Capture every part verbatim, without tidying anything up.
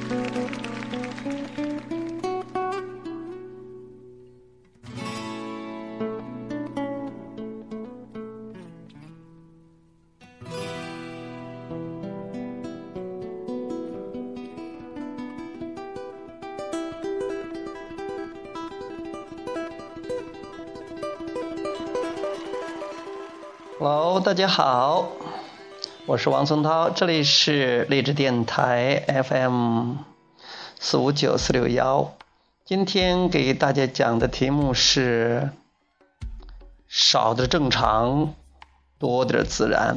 Hello， 大家好，我是王松涛，这里是励志电台 F M 四五九四六一。今天给大家讲的题目是少的正常，多的自然。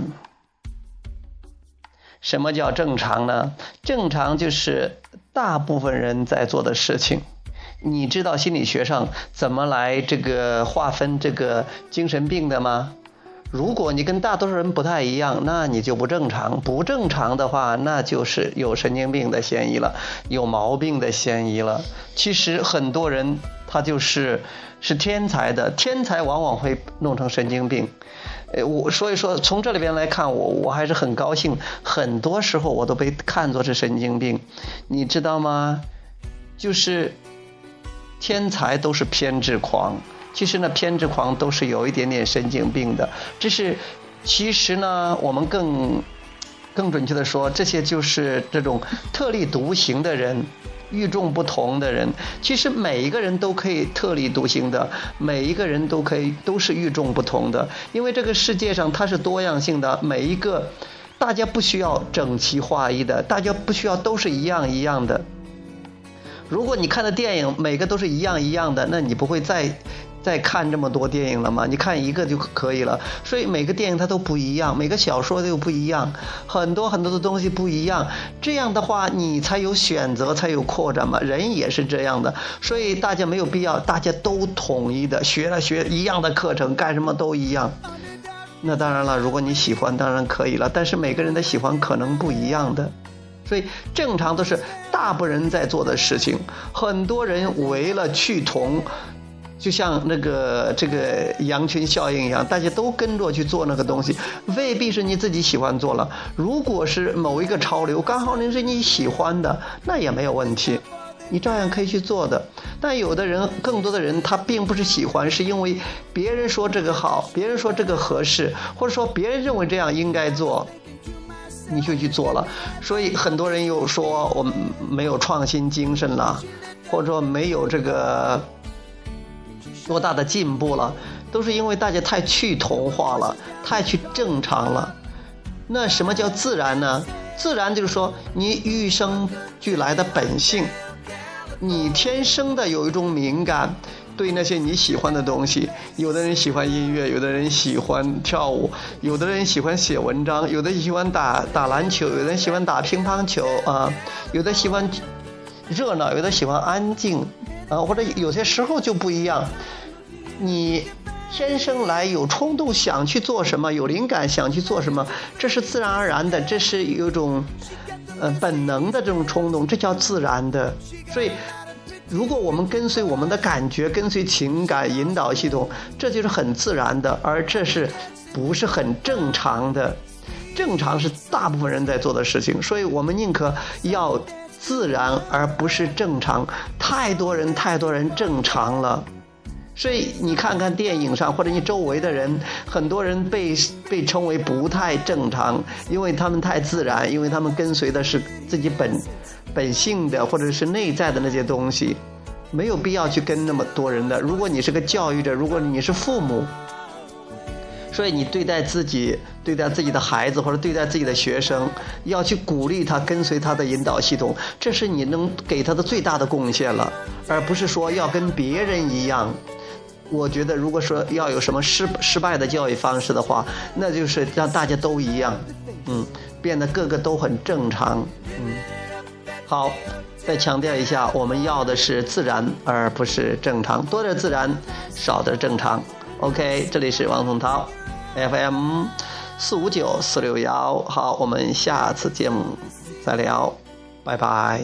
什么叫正常呢？正常就是大部分人在做的事情。你知道心理学上怎么来这个划分这个精神病的吗？如果你跟大多数人不太一样，那你就不正常。不正常的话，那就是有神经病的嫌疑了，有毛病的嫌疑了。其实很多人他就是是天才的，天才往往会弄成神经病。呃，我所以说从这里边来看，我我还是很高兴，很多时候我都被看作是神经病，你知道吗？就是天才都是偏执狂。其实呢，偏执狂都是有一点点神经病的。这是，其实呢，我们更更准确的说，这些就是这种特立独行的人，与众不同的人。其实每一个人都可以特立独行的，每一个人都可以都是与众不同的，因为这个世界上它是多样性的，每一个大家不需要整齐划一的，大家不需要都是一样一样的。如果你看的电影每个都是一样一样的，那你不会再再看这么多电影了吗？你看一个就可以了。所以每个电影它都不一样，每个小说都不一样，很多很多的东西不一样。这样的话你才有选择，才有扩展嘛。人也是这样的，所以大家没有必要大家都统一的学了学一样的课程，干什么都一样。那当然了，如果你喜欢当然可以了，但是每个人的喜欢可能不一样的。所以正常都是大部分人在做的事情，很多人为了趋同，就像那个这个羊群效应一样，大家都跟着去做那个东西，未必是你自己喜欢做了。如果是某一个潮流刚好是你喜欢的，那也没有问题，你照样可以去做的。但有的人，更多的人他并不是喜欢，是因为别人说这个好，别人说这个合适，或者说别人认为这样应该做，你就去做了。所以很多人又说我们没有创新精神了，或者说没有这个多大的进步了，都是因为大家太趋同化了，太去正常了。那什么叫自然呢？自然就是说你与生俱来的本性，你天生的有一种敏感，对那些你喜欢的东西。有的人喜欢音乐，有的人喜欢跳舞，有的人喜欢写文章，有的喜欢打打篮球，有的人喜欢打乒乓球啊，有的喜欢热闹，有的喜欢安静啊，或者有些时候就不一样。你天生来有冲动想去做什么，有灵感想去做什么，这是自然而然的，这是有种呃本能的这种冲动，这叫自然的。所以如果我们跟随我们的感觉，跟随情感引导系统，这就是很自然的，而这是不是很正常的。正常是大部分人在做的事情，所以我们宁可要自然而不是正常。太多人太多人正常了，所以你看看电影上或者你周围的人，很多人被被称为不太正常，因为他们太自然，因为他们跟随的是自己本本性的或者是内在的那些东西，没有必要去跟那么多人的。如果你是个教育者，如果你是父母，所以你对待自己对待自己的孩子或者对待自己的学生，要去鼓励他跟随他的引导系统，这是你能给他的最大的贡献了，而不是说要跟别人一样。我觉得如果说要有什么失失败的教育方式的话，那就是让大家都一样，嗯，变得个个都很正常。嗯，好，再强调一下，我们要的是自然而不是正常，多的自然，少的正常。OK， 这里是王松涛 F M 四五九四六一。好，我们下次节目再聊，拜拜。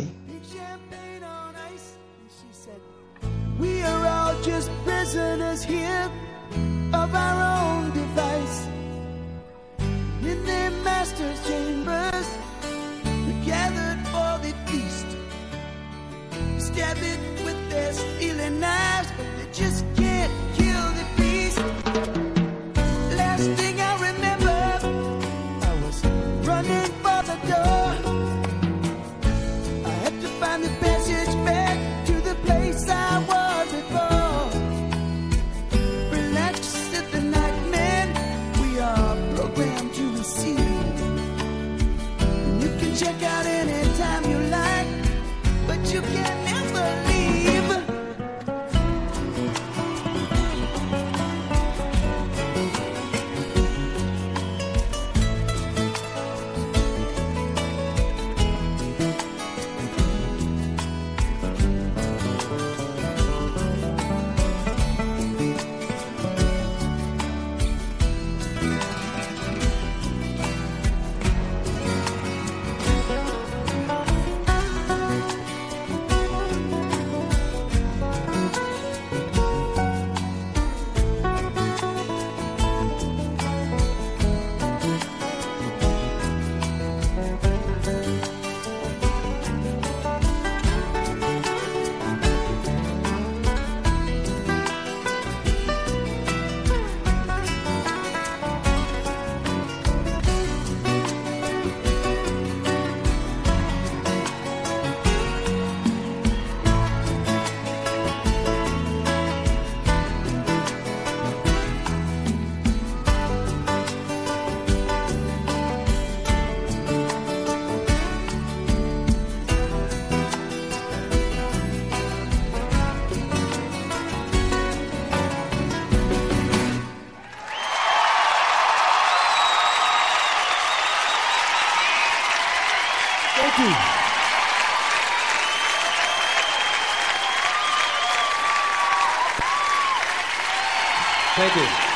We are all just prisoners here of our own device. In their master's chambers, we gathered for the feast stab it with their stealing knives, but they just can't kill the beast. Last thing I remember, I was running for the door. I had to find the passage back to the place I was before. Relax, said the nightman, we are programmed to receive. You can check out anytime you like, but you can never leave. Thank you. Thank you.